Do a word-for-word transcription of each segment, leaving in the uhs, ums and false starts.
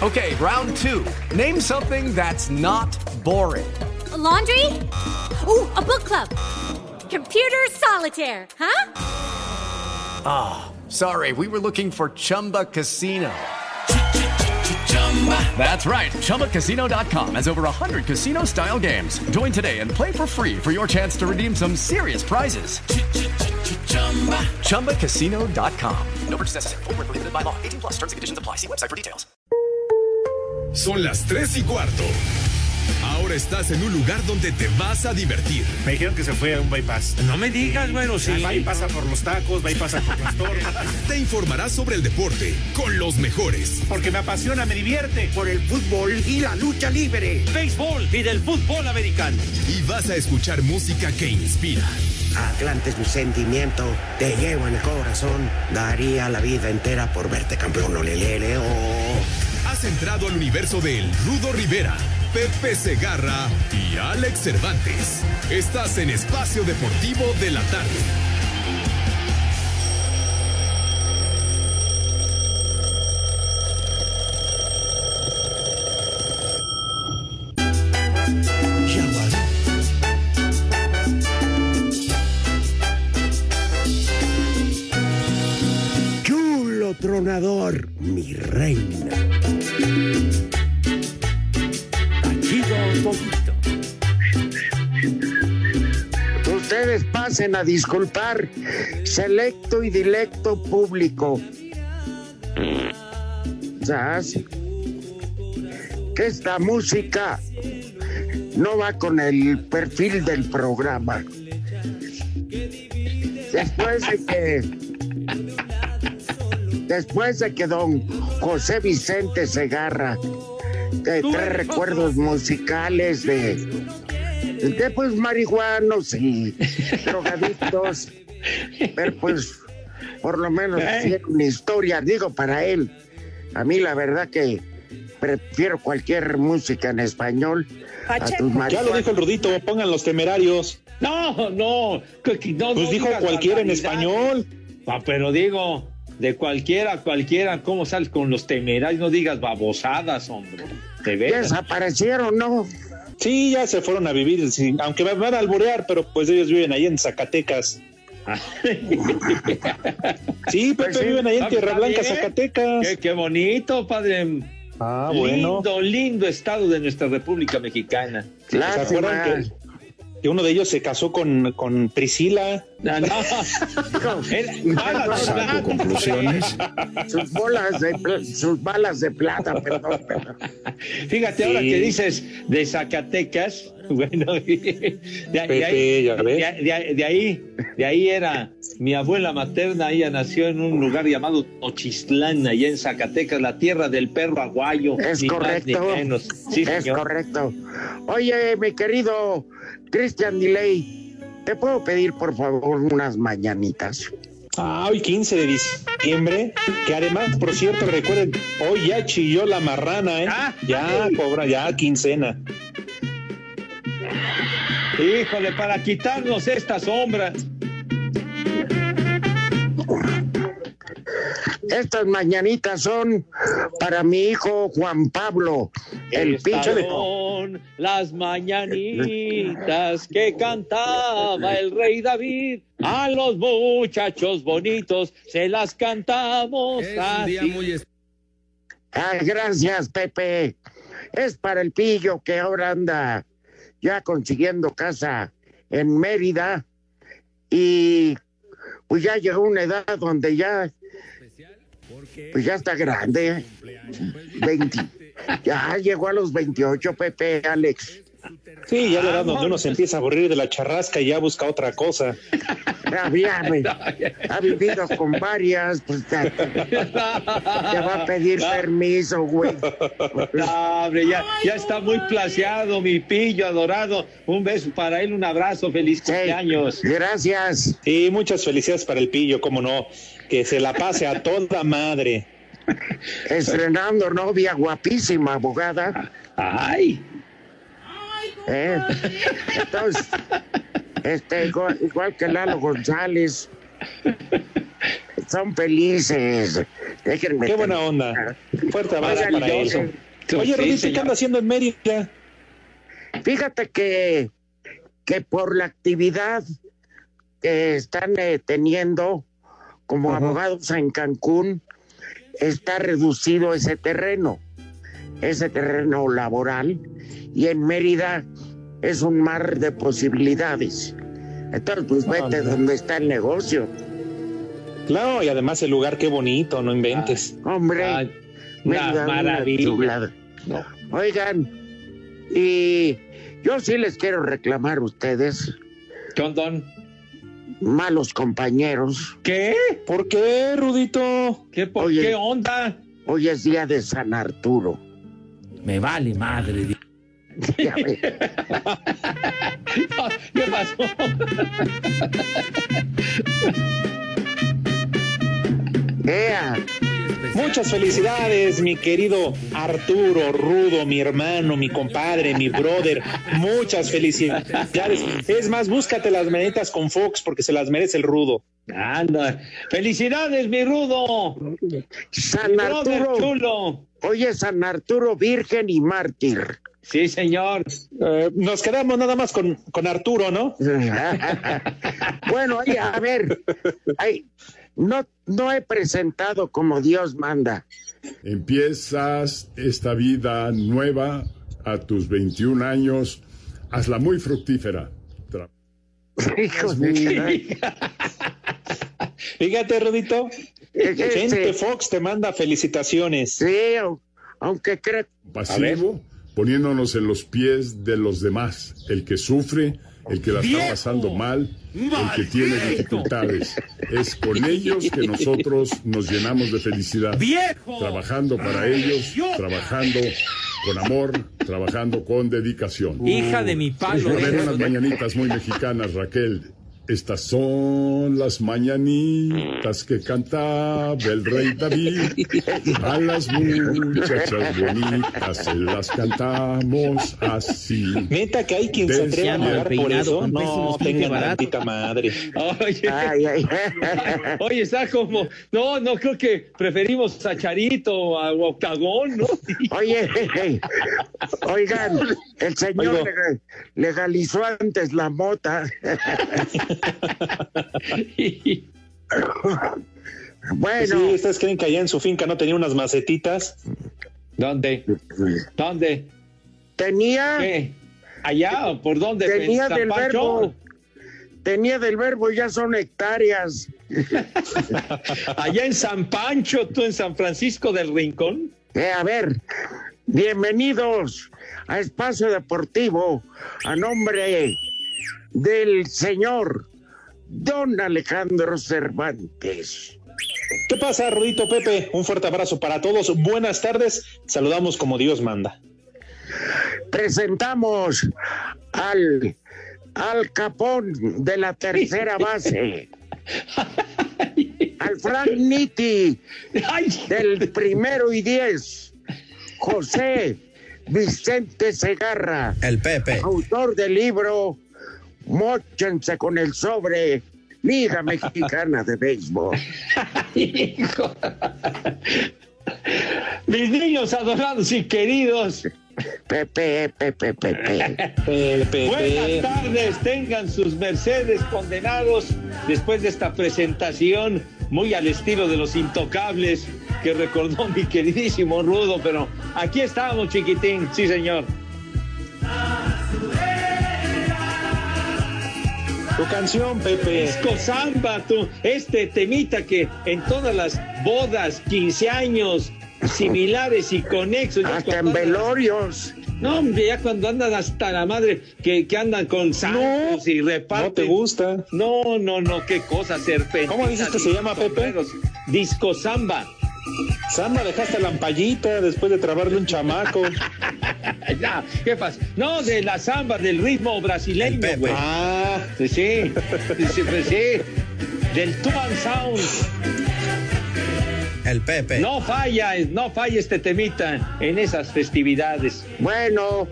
Okay, round two. Name something that's not boring. A laundry? Ooh, a book club. Computer solitaire, huh? Ah, oh, sorry, we were looking for Chumba Casino. That's right, Chumba Casino dot com has over one hundred casino-style games. Join today and play for free for your chance to redeem some serious prizes. Chumba Casino dot com. No purchase necessary. Void where prohibited by law. eighteen plus terms and conditions apply. See website for details. Son las tres y cuarto. Ahora estás en un lugar donde te vas a divertir. Me dijeron que se fue a un bypass. No me digas, bueno, sí. Va y pasa por los tacos, va y pasa por las tortas. Te informarás sobre el deporte con los mejores. Porque me apasiona, me divierte. Por el fútbol y la lucha libre. Béisbol y del fútbol americano. Y vas a escuchar música que inspira. Atlante es mi sentimiento, te llevo en el corazón. Daría la vida entera por verte campeón, olelele, oh. Has entrado al universo de El Rudo Rivera, Pepe Segarra y Alex Cervantes. Estás en Espacio Deportivo de la Tarde. Chulo tronador, mi reina. Ustedes pasen a disculpar, selecto y dilecto público. ¿Sabes? Que esta música no va con el perfil del programa. Después de que después de que don José Vicente Segarra te trae recuerdos musicales de, de pues marihuanos y drogadictos, pero pues por lo menos tiene una historia, digo, para él. A mí la verdad que prefiero cualquier música en español a tus marihuanos. Ya lo dijo el Rudito, pongan Los Temerarios. No, no, no, pues no dijo cualquiera en español. Ah, pero digo, de cualquiera, cualquiera, ¿cómo sales con Los Temerarios? No digas babosadas, hombre. ¿Te ves? Desaparecieron, ¿no? Sí, ya se fueron a vivir, sí, aunque van a alborear, pero pues ellos viven ahí en Zacatecas. Sí, Pepe, pues sí, viven ahí en Tierra Blanca, bien. Zacatecas. Qué, qué bonito, padre. Ah, lindo, bueno. lindo estado de nuestra República Mexicana. ¿Se acuerdan que, que uno de ellos se casó con, con Priscila? No, no. Saco conclusiones. Sus bolas de pl- sus balas de plata, perdón, perdón. Fíjate, sí. Ahora que dices de Zacatecas, bueno, de, de, Pepe, de, ahí, ya ves. De, de, de ahí, de ahí era mi abuela materna. Ella nació en un lugar llamado Tochistlán, allá en Zacatecas, la tierra del perro aguayo. Es ni correcto. Más, ni menos. Sí, es señor. correcto. Oye, mi querido Cristian Delay, ¿te puedo pedir por favor unas mañanitas? Ah, hoy quince de diciembre, que además, por cierto, recuerden, hoy ya chilló la marrana, ¿eh? Ah, ya, cobra, ya quincena. Híjole, para quitarnos esta sombra. Estas mañanitas son para mi hijo Juan Pablo, el pinche de... Son las mañanitas que cantaba el rey David. A los muchachos bonitos se las cantamos Es así. un día muy es- Ah, gracias, Pepe. Es para el pillo que ahora anda ya consiguiendo casa en Mérida y pues ya llegó una edad donde ya pues ya está grande. veinte Ya llegó a los veintiocho, Pepe, Alex. Sí, ya le da donde uno se empieza a aburrir de la charrasca y ya busca otra cosa. Había, ha vivido con varias, pues ya, ya va a pedir permiso, güey. No, hombre, ya, ya está muy placeado, mi pillo adorado. Un beso para él, un abrazo, feliz cumpleaños. Sí, gracias. Sí, muchas felicidades para el pillo, cómo no. Que se la pase a toda madre. Estrenando novia guapísima, abogada. Ay. ¿Eh? Entonces, este, igual, igual que Lalo González. son felices. Déjenme. Qué buena onda. Fuerte abrazo para ellos. Oye, Sí, Rudito, señor. ¿qué anda haciendo en Mérida? Fíjate que, que por la actividad que están eh, teniendo como Ajá. abogados en Cancún, está reducido ese terreno, ese terreno laboral, y en Mérida es un mar de posibilidades. Entonces, pues vete Ah, no. donde está el negocio. Claro, y además el lugar, qué bonito, no inventes. Hombre, Ay, Mérida, una una maravilla. chulada. No. Oigan, y yo sí les quiero reclamar a ustedes, Condón. malos compañeros. ¿Qué? ¿Por qué, Rudito? ¿Qué, por Oye. qué onda? Hoy es día de San Arturo. Me vale madre. Ya ves. ¿Qué pasó? Ea, Muchas felicidades, mi querido Arturo Rudo, mi hermano, mi compadre, mi brother. Muchas felicidades. Es más, búscate las mañanitas con Fox porque se las merece el Rudo. Anda. ¡Felicidades, mi Rudo! San Mi brother Arturo. chulo. Hoy es San Arturo Virgen y Mártir. Sí, señor. Eh, nos quedamos nada más con, con Arturo, ¿no? Bueno, oye, a ver, ay, no, no he presentado como Dios manda. Empiezas esta vida nueva a tus veintiún años, hazla muy fructífera. Tra- Hijo de... Fíjate, Rudito. Gente Fox te manda felicitaciones. Sí, aunque creo... Pasivo, poniéndonos en los pies de los demás, el que sufre, el que la está pasando mal, el que tiene dificultades. Es con ellos que nosotros nos llenamos de felicidad. ¡Viejo! Trabajando para ellos, trabajando con amor, trabajando con dedicación. Hija de mi palo. A ver, unas mañanitas muy mexicanas, Raquel. Estas son las mañanitas que cantaba el rey David. A las muchachas bonitas se las cantamos así. Neta que hay quien se atreve a pagar por eso. No, tengan tantita madre. Oye, Ay, ay. oye, está como... No, no, creo que preferimos a Charito, a Octagón, ¿no? Oye, oigan, el señor Oigo. leg- legalizó antes la mota. Bueno, Sí, ¿ustedes creen que allá en su finca no tenía unas macetitas? ¿Dónde? ¿Dónde? tenía, ¿Qué? ¿Allá o por dónde? tenía ¿En San del Pancho? verbo, tenía del verbo, ya son hectáreas. Allá en San Pancho, tú en San Francisco del Rincón. Eh, a ver, bienvenidos a Espacio Deportivo, a nombre del señor Don Alejandro Cervantes. ¿Qué pasa, Rudito, Pepe? Un fuerte abrazo para todos. Buenas tardes. Saludamos como Dios manda. Presentamos al, al capón de la tercera base, al Frank Nitti ¡Ay! del primero y diez, José Vicente Segarra, El Pepe. autor del libro Móchense con el sobre, Liga Mexicana de Béisbol. Hijo. Mis niños adorados y queridos, Pepe, Pepe, Pepe. Pepe. buenas tardes, tengan sus mercedes condenados después de esta presentación muy al estilo de los Intocables que recordó mi queridísimo Rudo, pero aquí estamos, chiquitín, sí señor. Tu canción, Pepe. Disco Samba, tú, este temita que en todas las bodas, quince años, similares y conexos. ya Hasta en cuando andan- velorios. No, hombre, ya cuando andan hasta la madre, que, que andan con santos y reparten. No te gusta. No, no, no, qué cosa, serpentina. ¿Cómo dices que se llama, Pepe? sombreros. Disco Samba. Samba, dejaste la ampallita después de trabarle un chamaco. Ya, ¿qué pasa? No, de la samba, del ritmo brasileño, güey. Ah, Sí, sí, sí, pues sí, del Tuban Sound. El Pepe. No falla, no falla este temita en esas festividades. Bueno,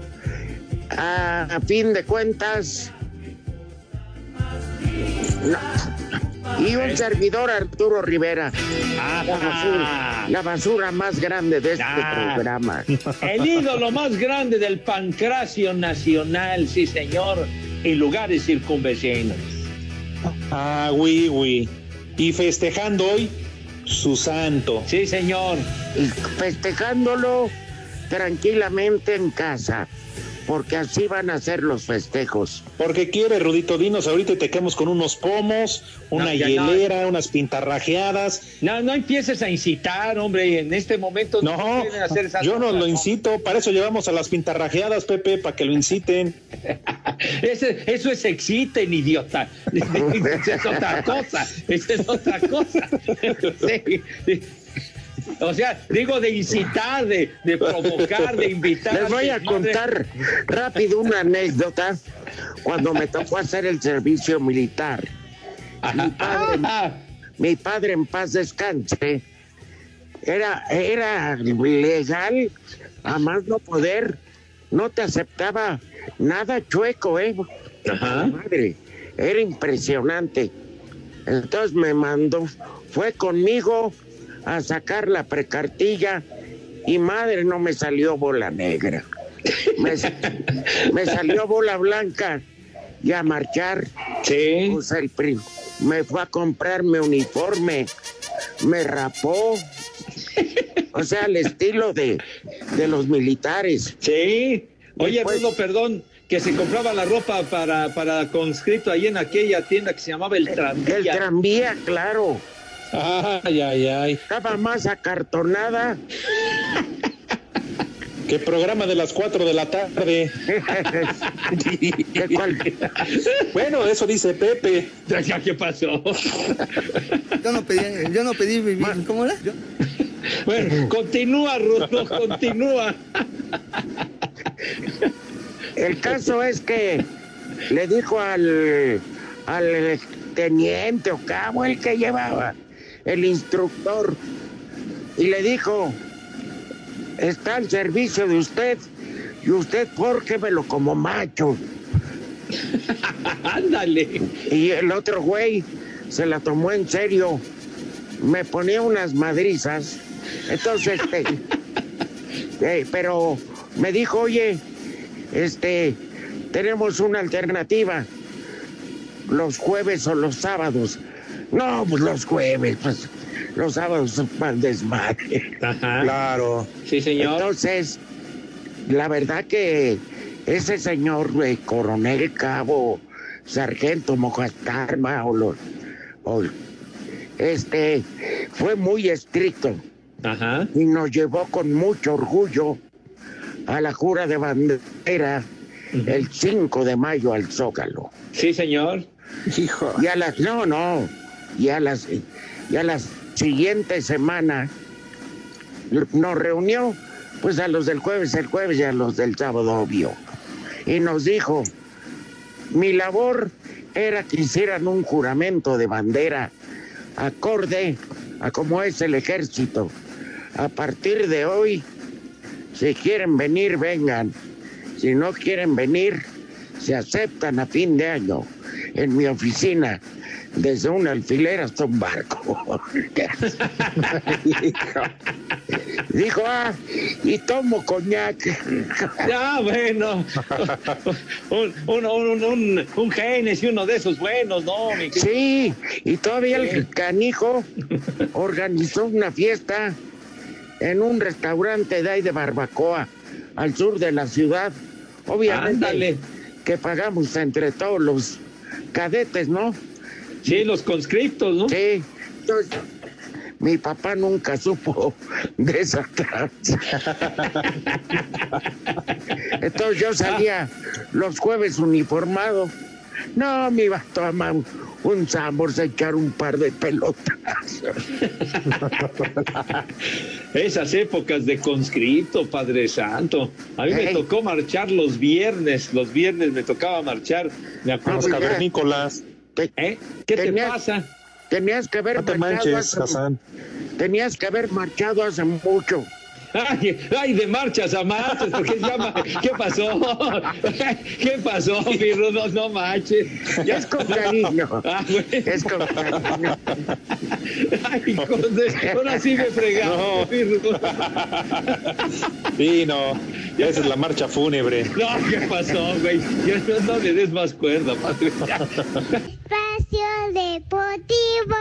a, a fin de cuentas, no, Y un servidor, Arturo Rivera. Ah, la, basura, la basura más grande de este ah, programa. El ídolo más grande del pancracio nacional, sí señor, en lugares circunvecinos. Ah, oui, oui. Y festejando hoy su santo. Sí, señor. Y festejándolo tranquilamente en casa, porque así van a ser los festejos. Porque quiere, Rudito, dinos ahorita y te quedamos con unos pomos, una no, hielera, no. unas pintarrajeadas. No, no empieces a incitar, hombre, en este momento no, no hacer esas yo no cosas, lo incito, para eso llevamos a las pintarrajeadas, Pepe, para que lo inciten. Ese, eso es exciten, idiota. Esa es otra cosa, esa es otra cosa. Sí, sí. O sea, digo de incitar, de, de provocar, de invitar. Les voy a contar de... rápido una anécdota cuando me tocó hacer el servicio militar. Mi padre, mi padre en paz descanse, era, era legal, a más no poder, no te aceptaba nada chueco, ¿eh? Ajá. Madre, era impresionante. Entonces me mandó, fue conmigo a sacar la precartilla y madre, no me salió bola negra, me, me salió bola blanca y a marchar. Sí. Pues el prim, me fue a comprarme uniforme, me rapó, o sea, al estilo de, de los militares. Sí. Oye, Después, Rudo, perdón, que se compraba la ropa para, para conscripto ahí en aquella tienda que se llamaba El Tranvía. El Tranvía, claro. Ay, ay, ay. Estaba más acartonada. ¿Qué programa de las cuatro de la tarde? Bueno, eso dice Pepe. ¿Ya qué pasó? Yo no pedí, yo no pedí vivir. ¿Cómo era? Yo... Bueno, continúa, Rudo, continúa. El caso es que le dijo al, al teniente o cabo, el que llevaba, el instructor, y le dijo: está al servicio de usted y usted fórjemelo como macho. Ándale. Y el otro güey se la tomó en serio, me ponía unas madrizas. Entonces este, eh, pero me dijo: oye, este tenemos una alternativa, los jueves o los sábados. No, pues los jueves, pues los sábados son para el desmadre. Ajá. Claro. Sí, señor. Entonces, la verdad que ese señor, güey, coronel, cabo, sargento, mojastarma, o los, o, este, fue muy estricto. Ajá. Y nos llevó con mucho orgullo a la jura de bandera, uh-huh, el cinco de mayo al Zócalo. Sí, señor. Hijo. Y a las, no, no, y a las, y a las siguiente semana nos reunió, pues a los del jueves el jueves y a los del sábado obvio, y nos dijo: mi labor era que hicieran un juramento de bandera acorde a cómo es el ejército. A partir de hoy, si quieren venir, vengan. Si no quieren venir, se aceptan a fin de año en mi oficina, desde un alfiler hasta un barco. Dijo: ah, y tomo coñac. Ya, bueno. un, un, un, un, un Genes y uno de esos buenos, ¿no? Mi... Sí, y todavía sí. El canijo organizó una fiesta en un restaurante de ahí de barbacoa, al sur de la ciudad. Obviamente, ándale, que pagamos entre todos los cadetes, ¿no? Sí, los conscriptos, ¿no? Sí. Entonces, mi papá nunca supo de esa tranza. Entonces yo salía los jueves uniformado. No, me iba a tomar un Sambor, a echar un par de pelotas. Esas épocas de conscripto, Padre Santo. A mí hey. me tocó marchar los viernes. Los viernes me tocaba marchar. Me acuerdo. Los cavernícolas. ¿Eh? ¿Qué tenías, te pasa? Tenías que haber no te marchado manches, hace, tenías que haber marchado hace mucho. Ay, ay, de marchas a marchas, porque se llama. ¿Qué pasó? ¿Qué pasó, mi Rudo? No manches. Ya es con cariño. Ah, bueno. Es con cariño. Ay, joder, ahora sí me fregaste, No. mi Rudo. Sí, no. Ya esa es la marcha fúnebre. No, ¿qué pasó, güey? Yo no, no le des más cuerda, padre. Espacio Deportivo.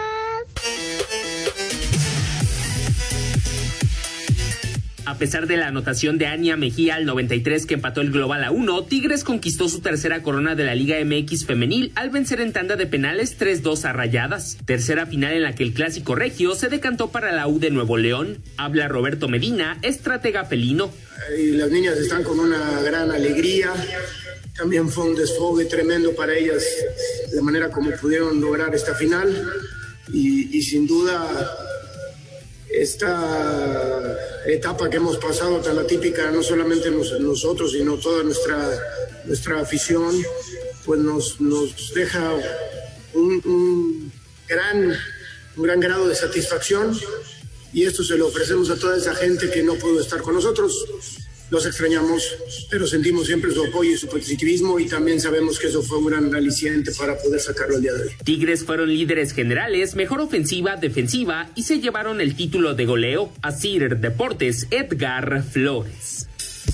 A pesar de la anotación de Ania Mejía al noventa y tres que empató el global a uno, Tigres conquistó su tercera corona de la Liga M X femenil al vencer en tanda de penales tres dos a Rayadas. Tercera final en la que el clásico regio se decantó para la U de Nuevo León. Habla Roberto Medina, estratega felino. Y las niñas están con una gran alegría. También fue un desfogue tremendo para ellas la manera como pudieron lograr esta final. Y, y sin duda esta etapa que hemos pasado tan atípica, no solamente nos, nosotros, sino toda nuestra, nuestra afición, pues nos, nos deja un, un, gran, un gran grado de satisfacción, y esto se lo ofrecemos a toda esa gente que no pudo estar con nosotros. Los extrañamos, pero sentimos siempre su apoyo y su positivismo, y también sabemos que eso fue un gran aliciente para poder sacarlo el día de hoy. Tigres fueron líderes generales, mejor ofensiva, defensiva y se llevaron el título de goleo. Asir Deportes, Edgar Flores.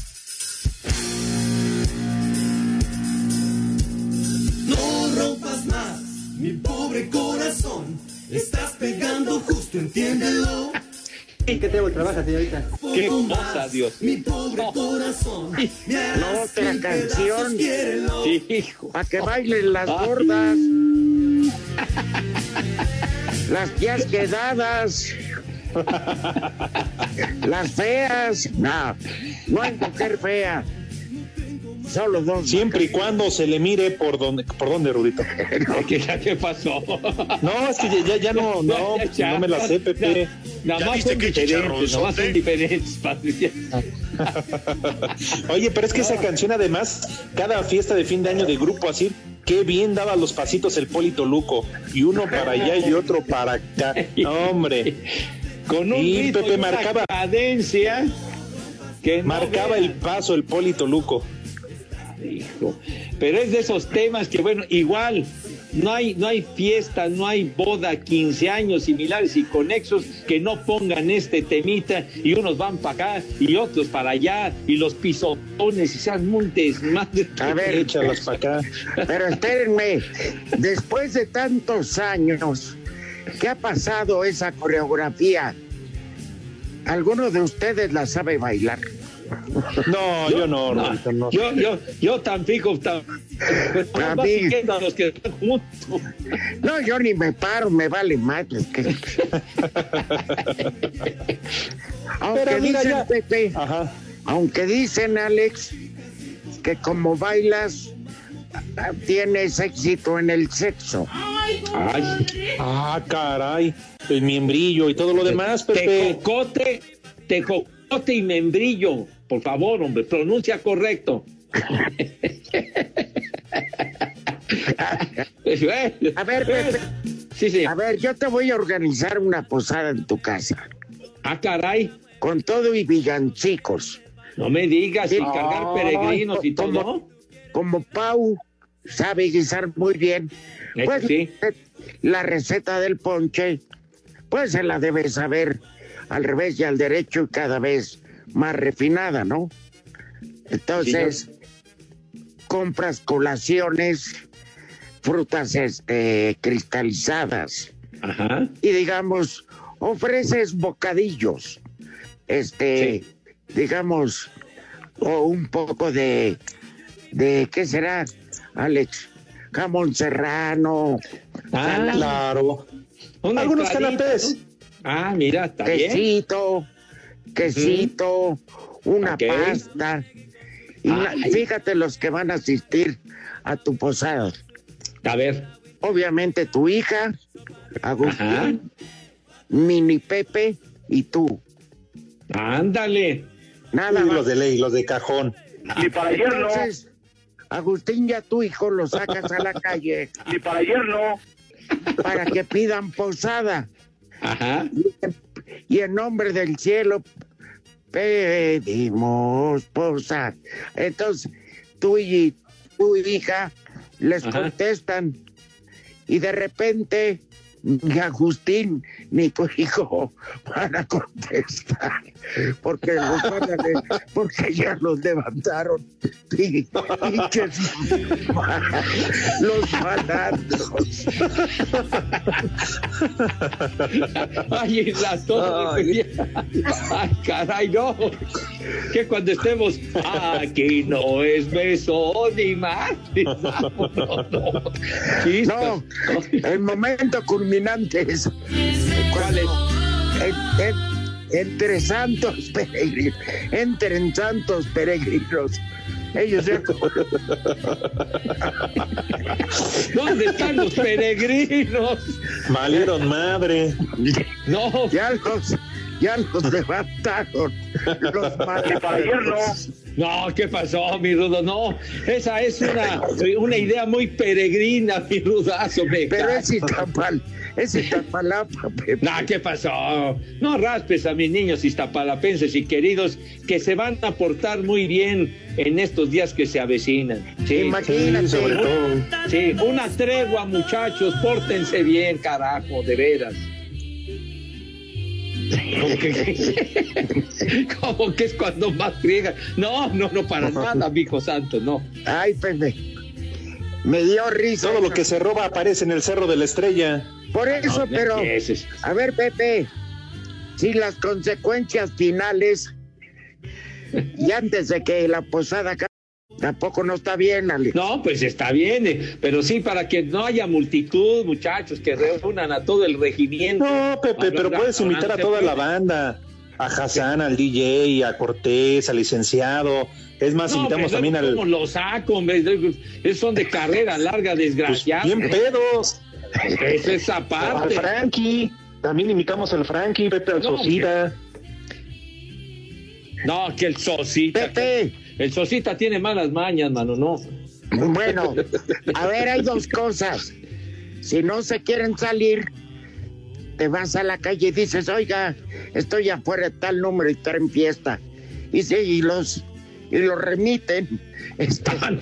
No rompas más, mi pobre corazón. Estás pegando justo, entiéndelo. ¿Qué tengo trabaja, señorita? Qué cosa, Dios. Mi pobre corazón. No, otra canción. Sí, hijo. Para que bailen las gordas. Las ya quedadas. Las feas. No, no hay mujer fea. Solo dos. Siempre y cuando se le mire por donde, por dónde, Rudito. ¿Qué, ¿Qué pasó? No, es que ya, ya no, no, Ya, ya, ya. no me la sé, Pepe. Nada más son diferentes, nada más son diferentes, padre. Oye, pero es que esa canción, además, cada fiesta de fin de año de Grupo Asir, qué bien daba los pasitos el Poli Toluco, y uno para allá y otro para acá. Hombre, con un y ritmo Pepe y una marcaba cadencia que no marcaba vean. el paso el Poli Toluco. Hijo, pero es de esos temas que, bueno, igual no hay no hay fiesta, no hay boda, quince años similares y conexos que no pongan este temita, y unos van para acá y otros para allá, y los pisotones y sean un desmadre. A ver, échalas para acá. Pero espérenme, después de tantos años, ¿qué ha pasado esa coreografía? ¿Alguno de ustedes la sabe bailar? No, yo, yo no, no, no, no. Yo, yo, yo tampoco, tan, pues, A más mí- siguiendo a los que están juntos. No, yo ni me paro, me vale más. Es que... Aunque Pero mira, dicen, ya- Pepe, Ajá. aunque dicen, Alex, que como bailas, tienes éxito en el sexo. Ay, Ah, caray. El miembrillo y todo lo demás, Pepe. tejocote, tejocote y membrillo. Por favor, hombre, pronuncia correcto. A ver, Pepe, Sí, sí. a ver, yo te voy a organizar una posada en tu casa, Ah, caray. con todo y villancicos. No me digas, Sí. y cargar Ay, peregrinos y como- todo. Como Pau sabe guisar muy bien, Eh, pues sí. la receta del ponche, pues se la debe saber al revés y al derecho, y cada vez más refinada, ¿no? Entonces, compras colaciones, frutas este, cristalizadas, Ajá. y digamos, ofreces bocadillos, este, digamos, o un poco de, de, ¿qué será, Alex? Jamón serrano, Ah, cala- Claro. Una Algunos entradita, canapés. ¿no? Ah, mira, está bien. quesito, quesito, una Ok. pasta. Y la- Ay. fíjate los que van a asistir a tu posada. A ver. Obviamente tu hija, Agustín, Ajá. Mini Pepe y tú. Ándale. Nada Y más. los de ley, los de cajón. Y para ayer no. Entonces, Agustín y a tu hijo lo sacas a la calle. Y para ayer no. Para que pidan posada. Ajá. Y en nombre del cielo pedimos posar. Entonces, tú y tu hija les Ajá. contestan y de repente ni Agustín ni tu hijo van a contestar porque los van a leer, porque ya los levantaron y, y que los malandros. Ay, la torre. Ay, caray, no. Que cuando estemos aquí no es beso ni más. No, no, no. No, el momento culminante es ¿cuál es? En, en, entre santos peregrinos, entre santos peregrinos. Ellos ya... ¿Dónde están los peregrinos? Valieron madre. No. Ya los, ya los levantaron. Los malandros. No, ¿qué pasó, mi Rudo? No, esa es una, una idea muy peregrina, mi Rudazo. Me Pero cae. es Iztapal, es Iztapalapa, Pepe. No, ¿qué pasó? No raspes a mis niños iztapalapenses y queridos que se van a portar muy bien en estos días que se avecinan. Sí, Imagínate. Sí, sobre todo. Sí, una tregua, muchachos, pórtense bien, carajo, de veras. ¿Cómo que, ¿Cómo que es cuando más friegan? No, no, no, para nada, mijo santo, no. Ay, Pepe, me dio risa. Todo lo que se roba aparece en el Cerro de la Estrella. Por eso, no, pero, a ver, Pepe, si las consecuencias finales, y antes de que la posada acabe, tampoco no está bien, Ale. No, pues está bien, eh, pero sí para que no haya multitud, muchachos, que reúnan a todo el regimiento. No, Pepe, pero puedes invitar a toda la banda, a Hassan, al D J, a Cortés, al licenciado. Es más, no, invitamos también al... ¿Cómo lo saco? Esos son de carrera larga, desgraciados. Pues bien pedos. Esa es esa parte. Al Frankie, también invitamos al Frankie, Pepe, al no, Sosita. Que... No, que el Sosita. Pepe. El Sosita tiene malas mañas, mano, no. Bueno, a ver, hay dos cosas. Si no se quieren salir, te vas a la calle y dices, oiga, estoy afuera de tal número y traen fiesta. Y sí, y los, y los remiten. Están.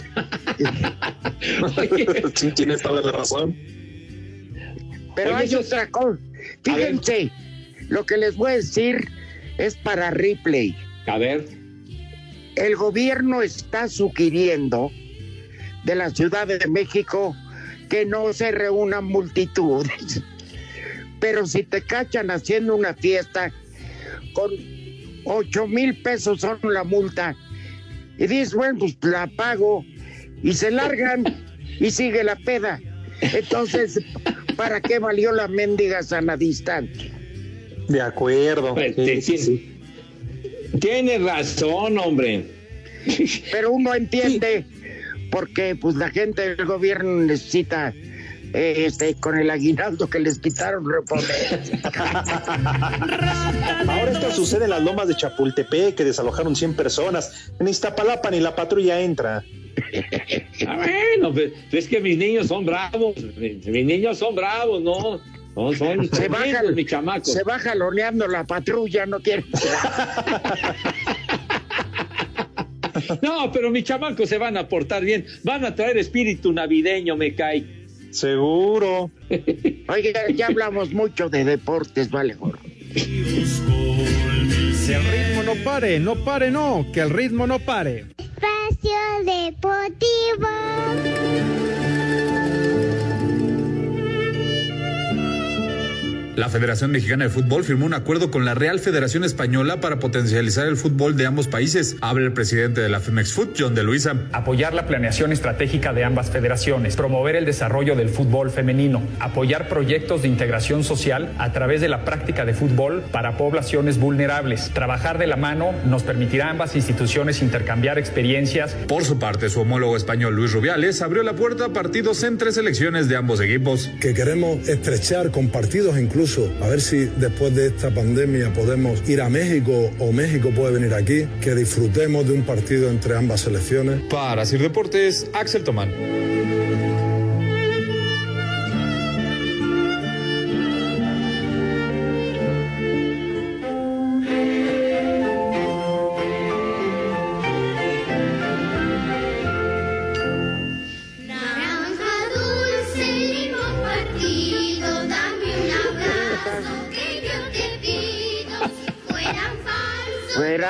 Sí, tienes toda la razón. Pero Oye, hay eso... otra cosa. Fíjense, lo que les voy a decir es para Ripley. A ver. El gobierno está sugiriendo de la Ciudad de México que no se reúnan multitudes. Pero si te cachan haciendo una fiesta con ocho mil pesos son la multa y dices, bueno, pues la pago y se largan y sigue la peda. Entonces, ¿para qué valió la mendiga sana distancia? De acuerdo. Pues, sí, sí, sí. Tienes razón, hombre. Pero uno entiende porque pues la gente del gobierno necesita eh, este con el aguinaldo que les quitaron reponer. Ahora esto sucede en las lomas de Chapultepec, que desalojaron cien personas. En Iztapalapa ni la patrulla entra. Ah, bueno, pues, es que mis niños son bravos. Mis niños son bravos, ¿no? No, son se baja, mis chamacos. Se va jaloneando la patrulla, no quiere. No, pero mis chamacos se van a portar bien. Van a traer espíritu navideño, me cae. Seguro. Oiga, ya hablamos mucho de deportes, vale, gorro. Que el ritmo no pare, no pare, no. Que el ritmo no pare. Espacio Deportivo. La Federación Mexicana de Fútbol firmó un acuerdo con la Real Federación Española para potencializar el fútbol de ambos países. Habla el presidente de la Femexfoot, John de Luisa. Apoyar la planeación estratégica de ambas federaciones, promover el desarrollo del fútbol femenino, apoyar proyectos de integración social a través de la práctica de fútbol para poblaciones vulnerables. Trabajar de la mano nos permitirá a ambas instituciones intercambiar experiencias. Por su parte, su homólogo español Luis Rubiales abrió la puerta a partidos entre selecciones de ambos equipos. Que queremos estrechar con partidos incluso. A ver si después de esta pandemia podemos ir a México o México puede venir aquí, que disfrutemos de un partido entre ambas selecciones. Para Sir Deportes, Axel Tomán.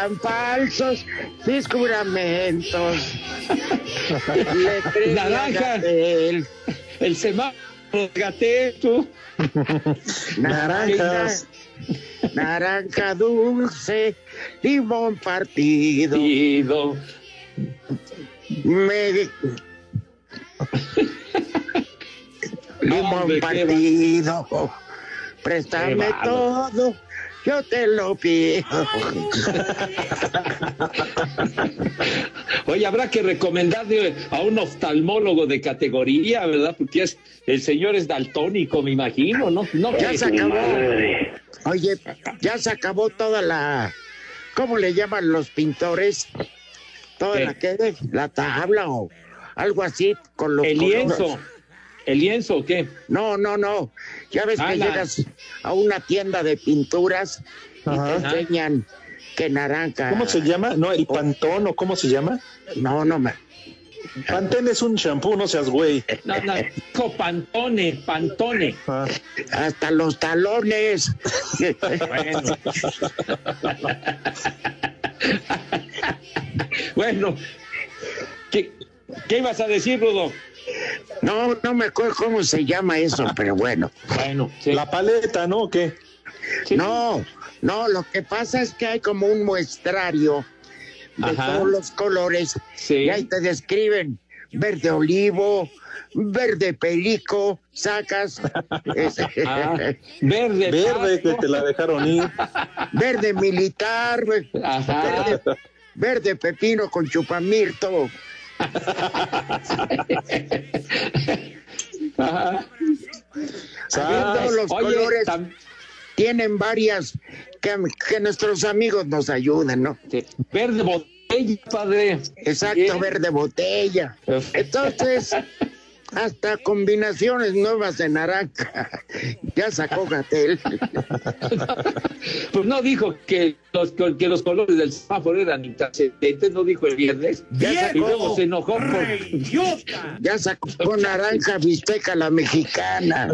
Eran falsos mis juramentos. Le creí Naranja. a Gatel. El semáforo de Gatel, tú. Naranjas. Naranja dulce, limón partido. Partido. Me... limón Hombre, partido. Préstame todo, yo te lo pido. Oye, habrá que recomendarle a un oftalmólogo de categoría, ¿verdad? Porque es, el señor es daltónico, me imagino, ¿no? no Ya se acabó. Oye, ya se acabó toda la... ¿Cómo le llaman los pintores? Toda ¿Qué? la que la tabla o algo así con los El colores. lienzo. ¿El lienzo o qué? No, no, no. Ya ves Ah, que la- llegas a una tienda de pinturas y Ajá. te enseñan que naranja. ¿Cómo se llama? No, el Pantón o ¿cómo se llama? No, no me. Pantene es un shampoo, no seas güey. No, no, dijo Pantone, Pantone. Ah. Hasta los talones. Bueno. Bueno. ¿Qué, ¿Qué ibas a decir, Rudo? No, no me acuerdo cómo se llama eso, pero bueno. Bueno, sí. La paleta, ¿no? ¿O qué? No, no, lo que pasa es que hay como un muestrario de Ajá. todos los colores Sí. y ahí te describen verde olivo, verde perico, sacas ese, Ah, verde, Verde, que pasto. te la dejaron ir. verde militar, ve- Ajá. verde, verde pepino con chupamirto. Ajá. Ahí todos los Oye, colores tam- tienen varias que, que nuestros amigos nos ayuden, ¿no? sí. Verde botella, padre. Exacto, Bien. verde botella. Entonces, hasta combinaciones nuevas de naranja. Ya sacó Gatel. Pues no dijo que los, que los colores del semáforo eran intrascendentes, no dijo el viernes. Ya Y luego sacó, se enojó por... ya sacó naranja bisteca la mexicana.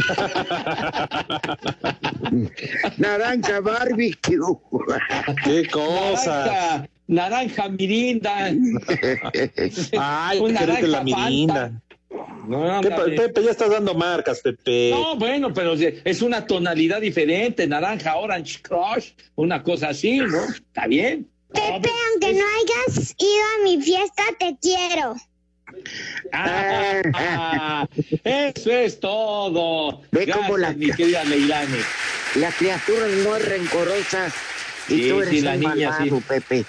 Naranja barbecue. ¡Qué cosa! Naranja, naranja mirinda. Ay, Un qué rica naranja la mirinda. Fanta. No, ¿Qué pa- ándale. Pepe, ya estás dando marcas, Pepe. No, bueno, pero es una tonalidad diferente, naranja, orange crush, una cosa así, ¿no? Está bien. Pepe, aunque no hayas ido a mi fiesta, te quiero. Ah, ah, eso es todo. Ve Gracias, cómo la- mi querida Leilani. La criatura no es rencorosa y Sí, tú eres sí, la un niña, malvado, sí. Pepe.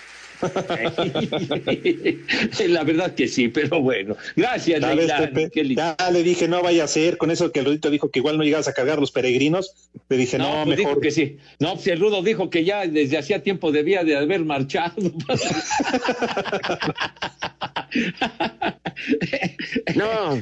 La verdad que sí, pero bueno. Gracias, ¿Sabes, Leilani. Pepe? Qué lindo. Ya le dije, no vaya a ser, con eso que el Rudito dijo que igual no llegabas a cargar los peregrinos. Le dije, no, No, pues dijo mejor. que sí. No, pues el Rudo dijo que ya desde hacía tiempo debía de haber marchado. No,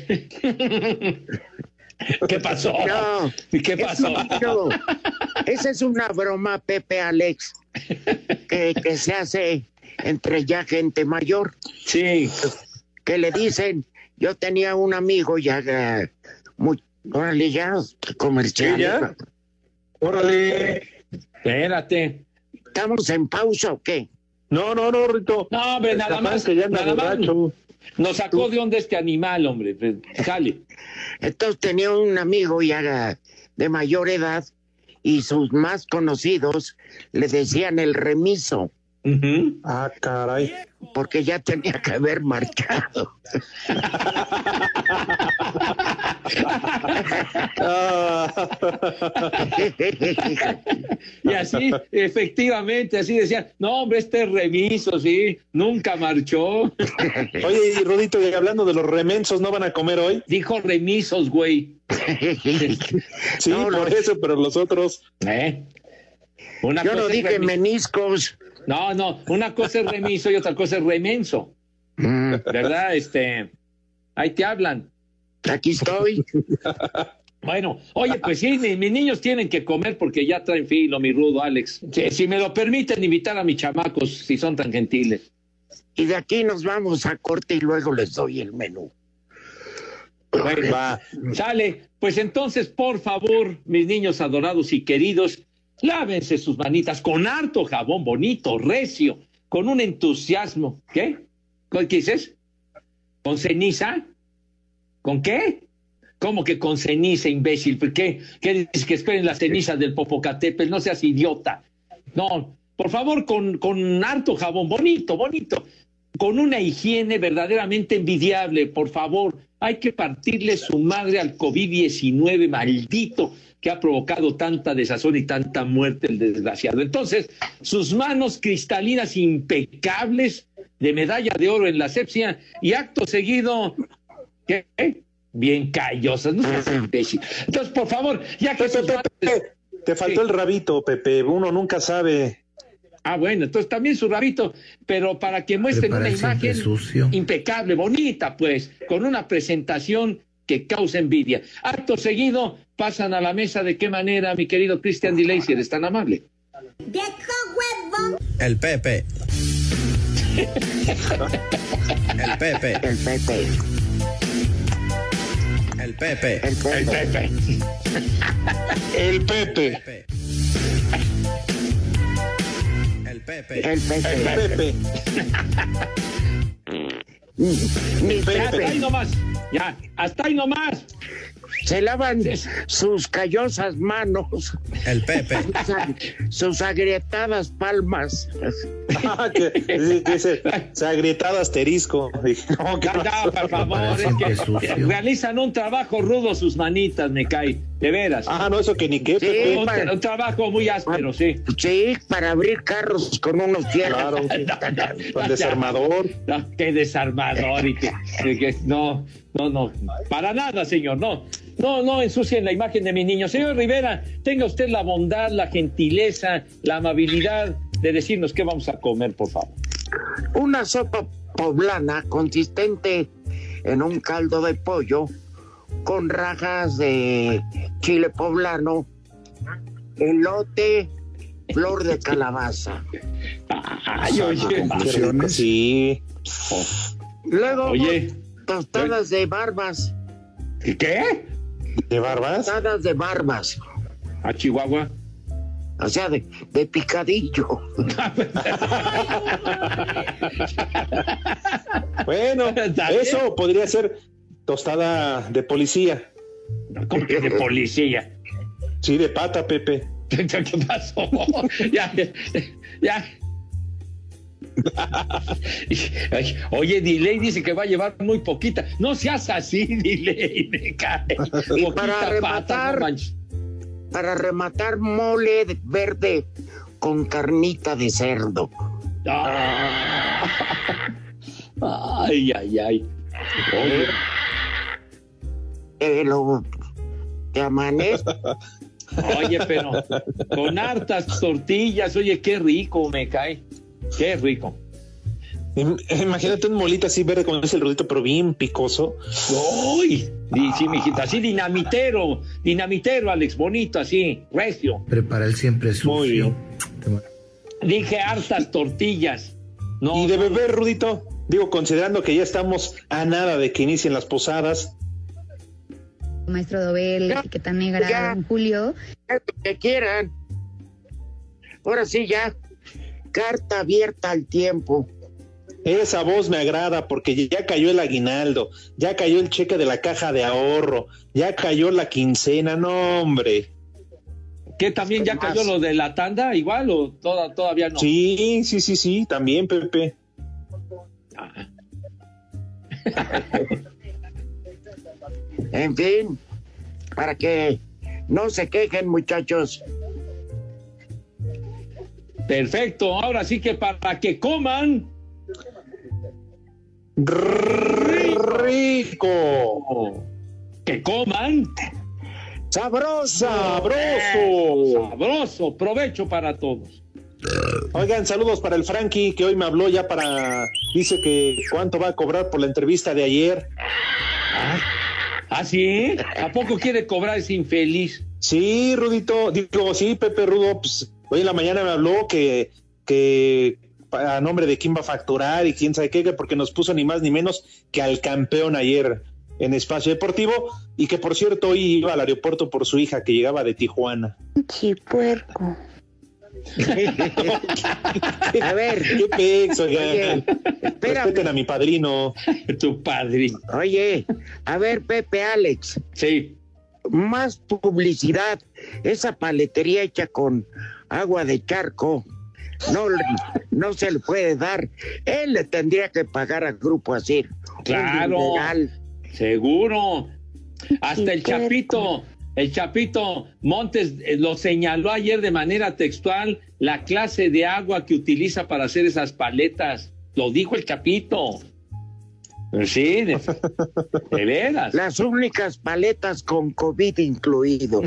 ¿Qué pasó? no. ¿Qué pasó? No, esa es una broma, Pepe Alex, que, que se hace entre ya gente mayor. Sí. Que le dicen, yo tenía un amigo ya, eh, muy, órale ya, comercial. Sí, ya. Órale. Espérate. ¿Estamos en pausa o qué? No, no, no, Rito. No, hombre, nada Capaz más. que ya anda Nada más. borracho. Nos sacó de onda este animal, hombre. Pues, sale. Entonces tenía un amigo ya de mayor edad y sus más conocidos le decían el remiso. Uh-huh. Ah, caray. Porque ya tenía que haber marchado. Y así, efectivamente, así decían, no, hombre, este es remiso, sí, nunca marchó. Oye, y Rudito, y hablando de los remensos, ¿no van a comer hoy? Dijo remisos, güey. Sí, No, por no. eso, pero los otros. ¿Eh? Una Yo cosa no es dije remi- meniscos. No, no, una cosa es remiso y otra cosa es remenso. Mm, ¿Verdad? Este, ahí te hablan. aquí estoy. Bueno, oye, pues sí, mi- mis niños tienen que comer porque ya traen filo, mi Rudo, Alex. Si, si me lo permiten, invitar a mis chamacos, si son tan gentiles. Y de aquí nos vamos a corte y luego les doy el menú. Bueno, Va. sale. Pues entonces, por favor, mis niños adorados y queridos, Lávense sus manitas con harto jabón bonito, recio, con un entusiasmo. ¿Qué? ¿Qué dices? ¿Con ceniza? ¿Con qué? ¿Cómo que con ceniza, imbécil? ¿Por qué? ¿Qué dices que esperen las cenizas del Popocatépetl? No seas idiota. No, por favor, con, con harto jabón, bonito, bonito, con una higiene verdaderamente envidiable, por favor. Hay que partirle su madre al COVID diecinueve maldito que ha provocado tanta desazón y tanta muerte el desgraciado. Entonces, sus manos cristalinas impecables de medalla de oro en la asepsia y acto seguido, ¿qué? Bien callosas, no seas imbécil. Entonces, por favor, ya que Pepe, sus manos... Pepe, te faltó sí. el rabito, Pepe, uno nunca sabe. Ah, bueno, entonces también su rabito, pero para que muestren una imagen sucio, impecable, bonita, pues, con una presentación que causa envidia. Acto seguido, pasan a la mesa. ¿De qué manera, mi querido Christian Delay, si eres tan amable? ¡Viejo huevo! El Pepe. El Pepe. El Pepe. El Pepe. El Pepe. El Pepe. El Pepe. El Pepe. El Pepe. Mi Ya, hasta ahí Pepe. nomás, ya, hasta ahí nomás. Se lavan sus callosas manos, El Pepe. sus agrietadas palmas. Ah, que, sí, que se, se ha gritado asterisco. No, Ya, ya, por favor, es que realizan un trabajo rudo sus manitas, me cae, de veras. Ah, no, eso que ni qué, Sí, Pepe. un, para- un trabajo muy áspero, sí. Sí, para abrir carros con unos fierros. Claro, con desarmador. No, qué desarmador y que, y que- no, no, no, para nada, señor, no, no, no ensucien la imagen de mi niño. Señor Rivera, tenga usted la bondad, la gentileza, la amabilidad de decirnos qué vamos a comer, por favor. Una sopa poblana consistente en un caldo de pollo con rajas de chile poblano, elote, flor de calabaza. Ay, oye, Conclusiones. Sí. Luego, Oye. tostadas de barbas. ¿qué? ¿De barbas? Tostadas de barbas. A Chihuahua. O sea, de, de picadillo. Bueno, Está bien. eso podría ser tostada de policía. ¿Cómo que de policía? Sí, de pata, Pepe. ¿Qué pasó? Ya, ya. Ay, oye, Delay dice que va a llevar muy poquita. No seas así, Delay, me cae. Y Poquita para pata, rematar, no manches. para rematar, mole de- verde con carnita de cerdo. Ah. Ay, ay, ay. Oye, Eh, lo te amanece. oye, pero con hartas tortillas, oye, qué rico me cae. Qué rico. Im- Imagínate un molito así verde como es el Rudito, pero bien picoso. Uy, y sí, mijita, así dinamitero, dinamitero, Alex, bonito, así, recio. Prepara el siempre sucio. Muy bien. Dije hartas tortillas. No, Y de no, beber, Rudito, digo, considerando que ya estamos a nada de que inicien las posadas. Maestro Dobel, Ya, etiqueta negra, ya. don Julio. Lo que quieran. Ahora sí, ya. Carta abierta al tiempo. Esa voz me agrada porque ya cayó el aguinaldo, ya cayó el cheque de la caja de ahorro, ya cayó la quincena, no, hombre. ¿Qué también ya Más. cayó lo de la tanda igual o toda, todavía no? Sí, sí, sí, sí, también, Pepe. Ah, En fin, para que no se quejen, muchachos. perfecto, ahora sí que para que coman. Rico. Que coman. ¡Sabroso! Sabroso. Sabroso, provecho para todos. Oigan, saludos para el Frankie que hoy me habló ya para, dice que cuánto va a cobrar por la entrevista de ayer. ¿Ah, sí? ¿A poco quiere cobrar ese infeliz? Sí, Rudito, digo, sí, Pepe Rudo, pues hoy en la mañana me habló que, que a nombre de quién va a facturar y quién sabe qué, que porque nos puso ni más ni menos que al campeón ayer. en Espacio Deportivo, y que por cierto hoy iba al aeropuerto por su hija que llegaba de Tijuana. Chipuerco. A ver, qué pex, oye, respeten a mi padrino. Tu padrino. Oye, a ver, Pepe, Alex. Sí. Más publicidad. Esa paletería hecha con agua de charco no, no se le puede dar. Él le tendría que pagar al Grupo Asir. Claro, seguro. Hasta el Chapito, el Chapito Montes eh, lo señaló ayer de manera textual, la clase de agua que utiliza para hacer esas paletas. Lo dijo el Chapito. Sí, de, de veras. Las únicas paletas con COVID incluido.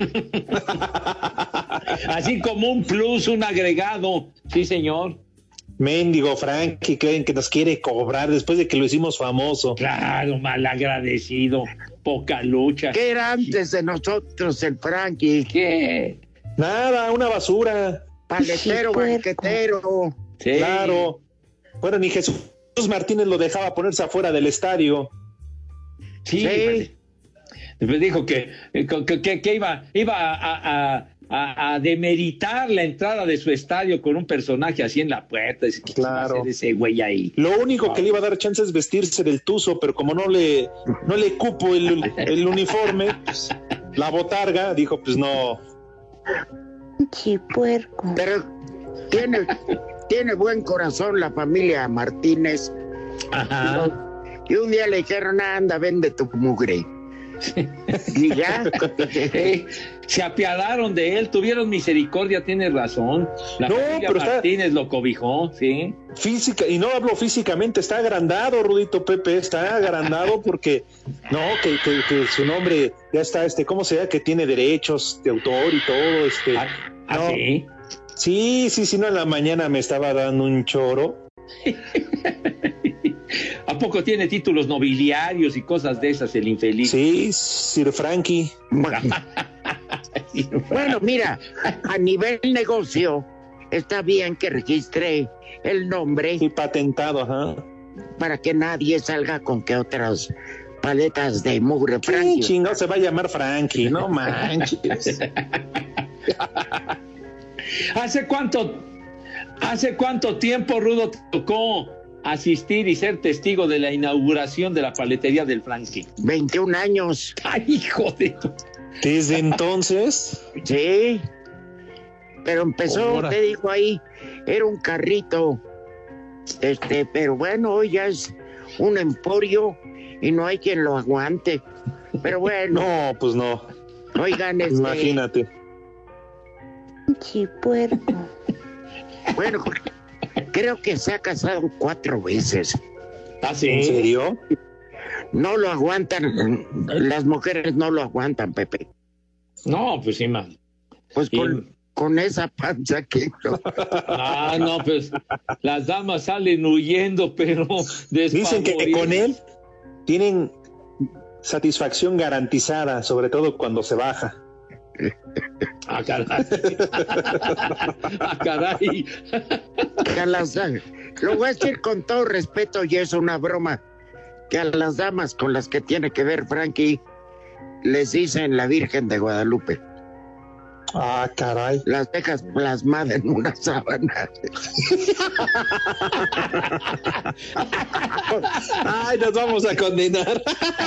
Así como un plus, un agregado. Sí, señor. Mendigo Frankie, creen que nos quiere cobrar después de que lo hicimos famoso. Claro, malagradecido, poca lucha. ¿Qué era antes de nosotros el Frankie? ¿Qué? Nada, una basura. Paletero, banquetero. Sí. Claro. Bueno, ni Jesús Martínez lo dejaba ponerse afuera del estadio. Sí. sí. Después dijo que, que, que, que iba, iba a, a, a, a demeritar la entrada de su estadio con un personaje así en la puerta. ¿Qué claro. va a hacer ese güey ahí? Lo único que le iba a dar chance es vestirse del tuzo, pero como no le, no le cupo el, el uniforme, pues, la botarga, dijo, pues no. Chipuerco. Pero tiene, tiene buen corazón la familia Martínez. Ajá. Y un día le dijeron, anda, vende tu mugre. Y ya. eh, se apiadaron de él, tuvieron misericordia, tienes razón. La no, familia pero Martínez está... lo cobijó, sí. Física, y no hablo físicamente, está agrandado, Rudito Pepe, está agrandado porque, no, que, que, que su nombre ya está, este, ¿cómo se llama? Que tiene derechos de autor y todo, este. ¿Ah, no. sí? Sí, sí, sí, no, en la mañana me estaba dando un choro. ¿A poco tiene títulos nobiliarios y cosas de esas el infeliz? Sí, Sir Frankie. Bueno, mira, a nivel negocio está bien que registre el nombre. Y patentado, ajá. Para que nadie salga con que otras paletas de mugre Frankie. Sí, chingado, se va a llamar Frankie, no manches. ¿Hace cuánto, hace cuánto tiempo, Rudo, te tocó asistir y ser testigo de la inauguración de la paletería del Frankie? veintiún años. Ay, hijo de tu... ¿Desde entonces? Sí. Pero empezó, Ahora. te digo ahí, era un carrito. Este, pero bueno, hoy ya es un emporio y no hay quien lo aguante. Pero bueno. No, pues no. Oigan, este... Imagínate. Chipuerco. Bueno, creo que se ha casado cuatro veces. ¿Ah, sí? ¿En serio? No lo aguantan, las mujeres no lo aguantan, Pepe. No, pues sí, man. Pues sí. con, con esa panza que... Ah, no, pues las damas salen huyendo, pero... Dicen que, que con él tienen satisfacción garantizada, sobre todo cuando se baja. Ah, caray. Ah, caray. Lo voy a decir con todo respeto y es una broma, que a las damas con las que tiene que ver Frankie les dicen la Virgen de Guadalupe. Ah, caray. Las dejas plasmadas en una sábana. Ay, nos vamos a condenar.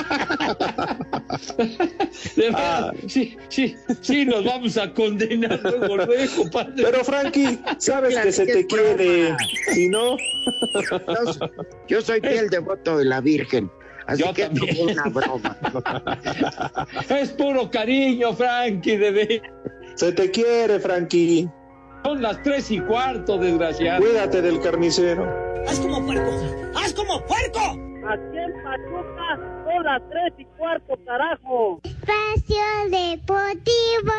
De verdad, ah. sí, sí, sí, nos vamos a condenar luego, luego, compadre. Pero Frankie, sabes que se te quiere, si no. Yo, yo soy fiel devoto de la Virgen. Así yo que también. es una broma. Es puro cariño, Frankie, de ver. Se te quiere, Frankie. Son las tres y cuarto, desgraciado. Cuídate del carnicero. ¡Haz como puerco! ¡Haz como puerco! Aquí en Pachuca son las tres y cuarto, carajo. Espacio Deportivo.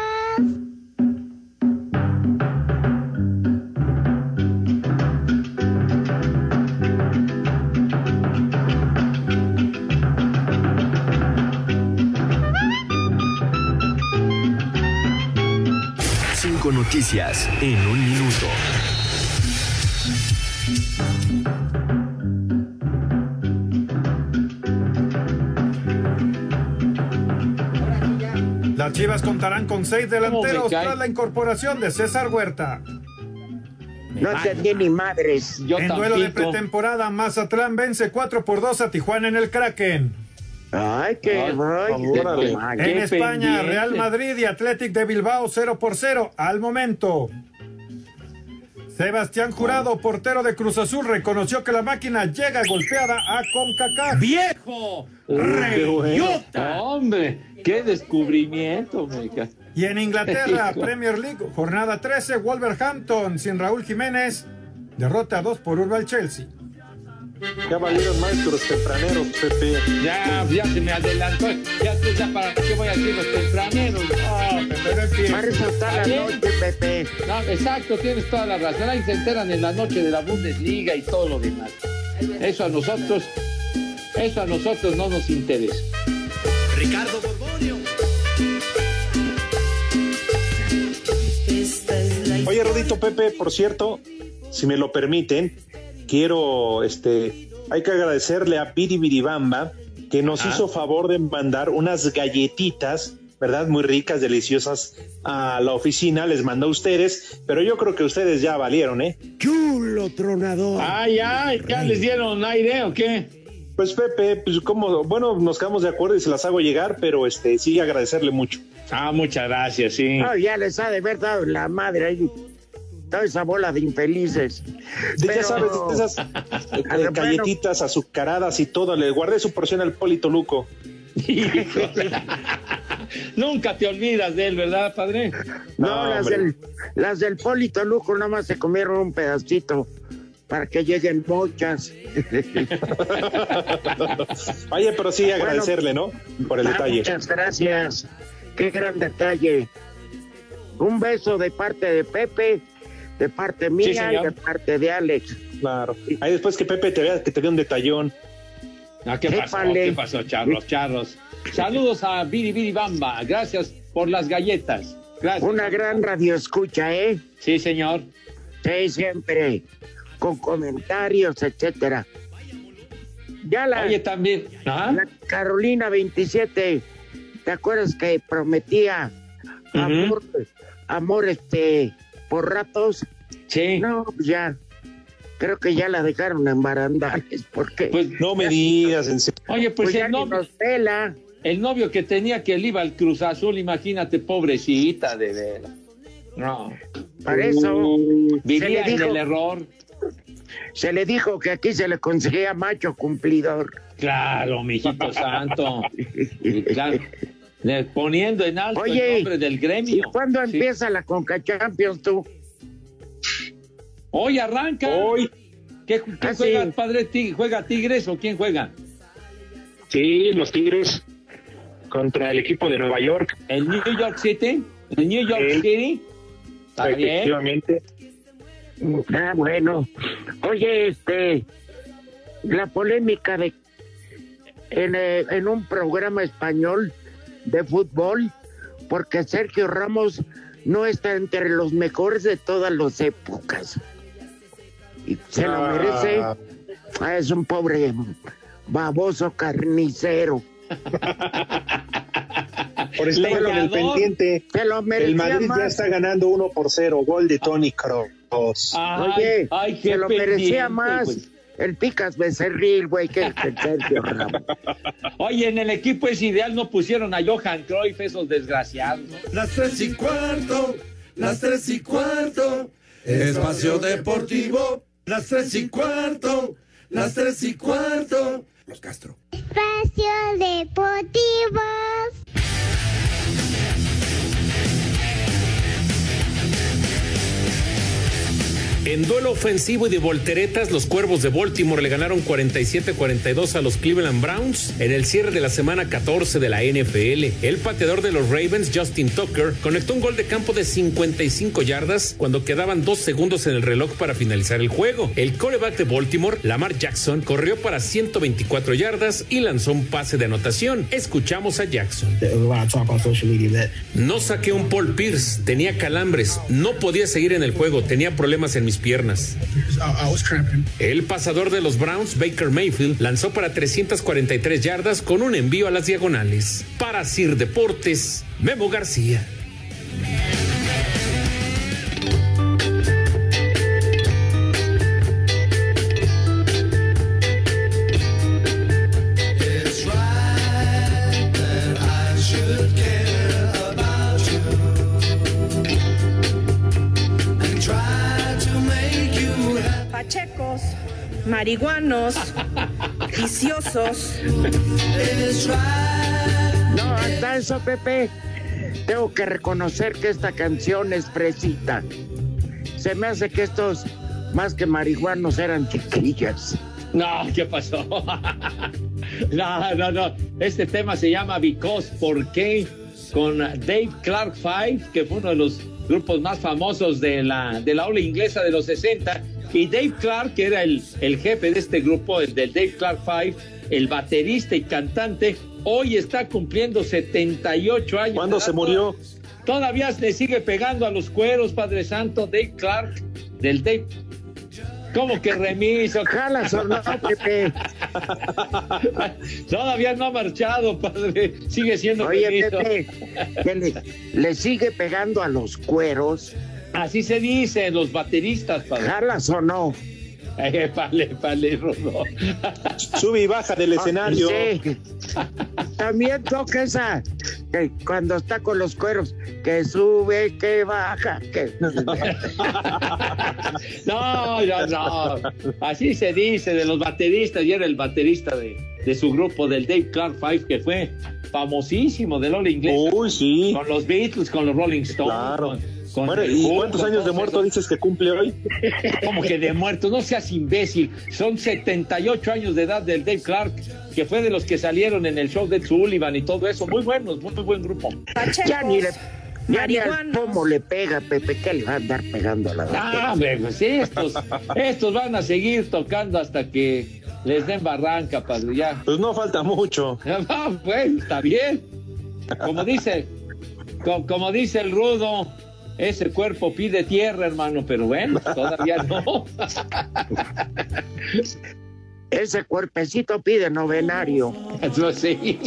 Cinco noticias en un minuto. Las Chivas contarán con seis delanteros tras la incorporación de César Huerta. No entendí ni madres. Yo en tampico. Duelo de pretemporada, Mazatlán vence cuatro por dos a Tijuana en el Kraken. Ay, qué Ay, ay, En qué España, pendiente. Real Madrid y Athletic de Bilbao cero por cero al momento. Sebastián Jurado, portero de Cruz Azul, reconoció que la máquina llega golpeada a CONCACAF. ¡Viejo! ¡Reyota! ¡Hombre! ¡Qué descubrimiento, meca! Y en Inglaterra, Premier League, jornada trece, Wolverhampton, sin Raúl Jiménez, derrota dos por uno al Chelsea. Ya valieron más que los tempraneros, Pepe. Ya, ya se me adelantó. Ya, ya para qué voy a decir los tempraneros. Ah, Pepe, para eso está la noche, Pepe. No, exacto, tienes toda la razón. Ahí se enteran en la noche de la Bundesliga y todo lo demás. Eso a nosotros, eso a nosotros no nos interesa. Ricardo Borbonio. Oye, Rodito, Pepe, por cierto, si me lo permiten, quiero, este, hay que agradecerle a Biri Biribamba que nos ah. hizo favor de mandar unas galletitas, ¿verdad? Muy ricas, deliciosas a la oficina, les mandó a ustedes, pero yo creo que ustedes ya valieron, ¿eh? Chulo tronador. Ay, ay, ¿ya les dieron aire o qué? Pues Pepe, pues como, bueno, nos quedamos de acuerdo y se las hago llegar, pero este, sí agradecerle mucho. Ah, muchas gracias, sí. No, ya les ha de haber dado la madre ahí. Toda esa bola de infelices. Pero... Ya sabes, esas eh, galletitas azucaradas y todo, le guardé su porción al Poli Toluco. Nunca te olvidas de él, ¿verdad, padre? No, no las, del, las del Poli Toluco nada más se comieron un pedacito para que lleguen muchas. Oye, pero sí agradecerle, bueno, ¿no? Por el ah, detalle. Muchas gracias. Qué gran detalle. Un beso de parte de Pepe, de parte mía sí, y de parte de Alex. Claro. Ahí después que Pepe te vea, que te dé un detallón. Ah, ¿qué pasó? ¿Qué pasó, charros, charros? Saludos a Biri Biri Bamba. Gracias por las galletas. Gracias. Una gran radioescucha, ¿eh? Sí, señor. Sí, siempre. Con comentarios, etcétera. Ya la... Oye, también... ¿Ah? La Carolina veintisiete, ¿te acuerdas que prometía uh-huh. amor, amor, este, por ratos? Sí. No, ya... Creo que ya la dejaron en barandales, porque... Pues no me digas, en serio. Oye, pues, pues el, novio, el novio que tenía que él iba al Cruz Azul, imagínate, pobrecita, de veras. No. Para eso... Uh, vivía en el error. Se le dijo que aquí se le conseguía macho cumplidor. Claro, mijito santo. Y claro, poniendo en alto Oye, el nombre del gremio. ¿Y cuándo sí. empieza la Conca Champions, tú? Hoy arranca. Hoy. ¿Qué, qué ah, juega el sí. padre? Tig- ¿Juega Tigres o quién juega? Sí, los Tigres contra el equipo de Nueva York. ¿El New York City? ¿El New York sí. City? ¿Está efectivamente. Bien? Ah, bueno. Oye, este, la polémica de en, eh, en un programa español de fútbol, porque Sergio Ramos no está entre los mejores de todas las épocas. Y se lo merece. Ah, es un pobre baboso carnicero. Por estar con el pendiente, se lo el Madrid más. Ya está ganando uno por cero, gol de Toni Kroos. Oye, ay, se lo merecía más. Pues. El Picas Becerril, güey, que el Sergio Ramos. Oye, en el equipo es ideal, no pusieron a Johan Cruyff, esos desgraciados, ¿no? Las tres y cuarto, las tres y cuarto, Espacio Deportivo, las tres y cuarto, las tres y cuarto, Los Castro. Espacio Deportivo. En duelo ofensivo y de volteretas, los Cuervos de Baltimore le ganaron cuarenta y siete a cuarenta y dos a los Cleveland Browns en el cierre de la semana catorce de la N F L. El pateador de los Ravens, Justin Tucker, conectó un gol de campo de cincuenta y cinco yardas cuando quedaban dos segundos en el reloj para finalizar el juego. El quarterback de Baltimore, Lamar Jackson, corrió para ciento veinticuatro yardas y lanzó un pase de anotación. Escuchamos a Jackson. No saqué un Paul Pierce, tenía calambres, no podía seguir en el juego, tenía problemas en mis piernas. piernas. El pasador de los Browns, Baker Mayfield, lanzó para trescientas cuarenta y tres yardas con un envío a las diagonales. Para Sir Deportes, Memo García. Pachecos, marihuanos, viciosos. No, hasta eso, Pepe. Tengo que reconocer que esta canción es fresita. Se me hace que estos, más que marihuanos, eran chiquillas. No, ¿qué pasó? No, no, no. Este tema se llama Because, ¿por qué? Con Dave Clark Five, que fue uno de los grupos más famosos de la, de la ola inglesa de los sesenta. Y Dave Clark, que era el, el jefe de este grupo, el del Dave Clark Five, el baterista y cantante, hoy está cumpliendo setenta y ocho años. ¿Cuándo se murió? Todavía le sigue pegando a los cueros, Padre Santo, Dave Clark, del Dave... ¿Cómo que remiso? Jalas o no, Pepe. Todavía no ha marchado, padre. Sigue siendo Oye, remiso. Pepe, que le, le sigue pegando a los cueros. Así se dice, los bateristas, padre. ¿Jalas o no? Eh, pale, pale, Rodo. Sube y baja del escenario. Sí. También toca esa, que cuando está con los cueros, que sube, que baja, que... No, no, no. Así se dice de los bateristas. Y era el baterista de, de su grupo, del Dave Clark Five, que fue famosísimo del ola inglesa. Uy, sí. Con los Beatles, con los Rolling Stones. Claro. Con, con bueno, ¿y Hulk, cuántos años de muerto dices que cumple hoy? Como que de muerto, no seas imbécil. Son setenta y ocho años de edad del Dave Clark, que fue de los que salieron en el show de Sullivan y todo eso. Muy buenos, muy, muy buen grupo. Pachecos, ya ni le, ya ni al pomo le pega, Pepe, que le va a andar pegando a la batería. Ah, pues sí, estos, estos van a seguir tocando hasta que les den barranca, padre, ya. Pues no falta mucho. Ah, pues, está bien. Como dice, como, como dice el Rudo, ese cuerpo pide tierra, hermano, pero bueno, todavía no. Ese cuerpecito pide novenario. Eso sí.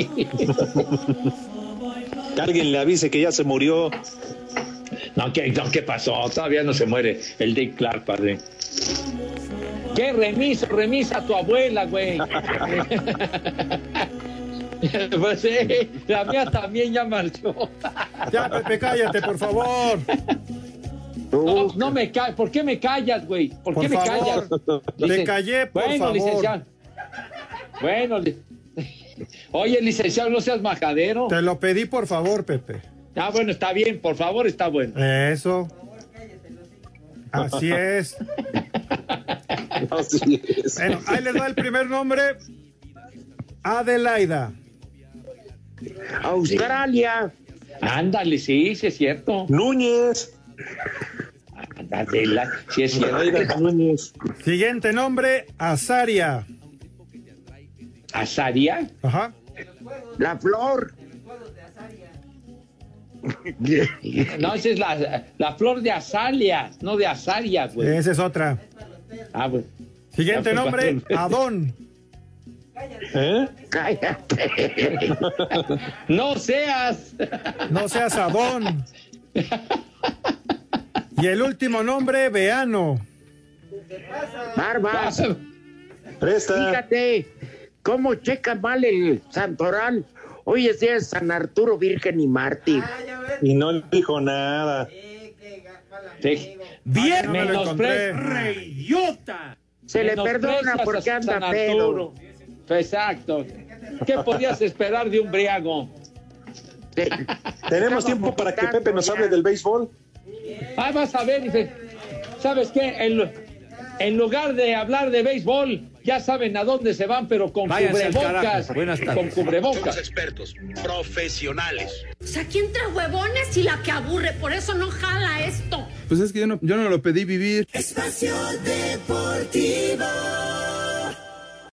Que alguien le avise que ya se murió. No, ¿qué, no, ¿qué pasó? Todavía no se muere el Dave Clark, padre. ¿Qué remiso? Remisa a tu abuela, güey. Pues sí, la mía también ya marchó. Ya, Pepe, cállate, por favor. No, no me callas. ¿Por qué me callas, güey? ¿Por, por qué me favor. callas? Te Licen... callé, por bueno, favor. Licenciado. Bueno, li... Oye, licenciado, no seas majadero. Te lo pedí, por favor, Pepe. Ah, bueno, está bien, por favor, está bueno. Eso. Así es. Así es. Bueno, ahí les va el primer nombre. Adelaida. Australia. Ándale, sí, sí es cierto. Núñez. Adela, sí es cierto. Núñez. Siguiente nombre, Azaria. ¿Azaria? Ajá. La flor. No, esa es la, la flor de azalia, no de azaria, güey. Esa es otra. Ah, güey. Siguiente Ya, pues, nombre, va. Adón. ¿Eh? Cállate. No seas. No seas Adón. Y el último nombre, Beano. Barbas. Presta. Fíjate cómo checa mal el santoral. Hoy es día de San Arturo, Virgen y Mártir. Y no dijo nada. Sí. Bien, no me lo encontré. ¡Reyota! Se le perdona porque anda pedo. Exacto. ¿Qué podías esperar de un briago? Sí. Tenemos tiempo para que Pepe nos hable del béisbol. Ah, vas a ver, dice, ¿sabes qué? En, en lugar de hablar de béisbol, ya saben a dónde se van, pero con Váyanse al cubrebocas. carajo. Buenas tardes. Con cubrebocas. Somos expertos, profesionales. O sea, aquí entre huevones y la que aburre, por eso no jala esto. Pues es que yo no, yo no lo pedí vivir. Espacio Deportivo.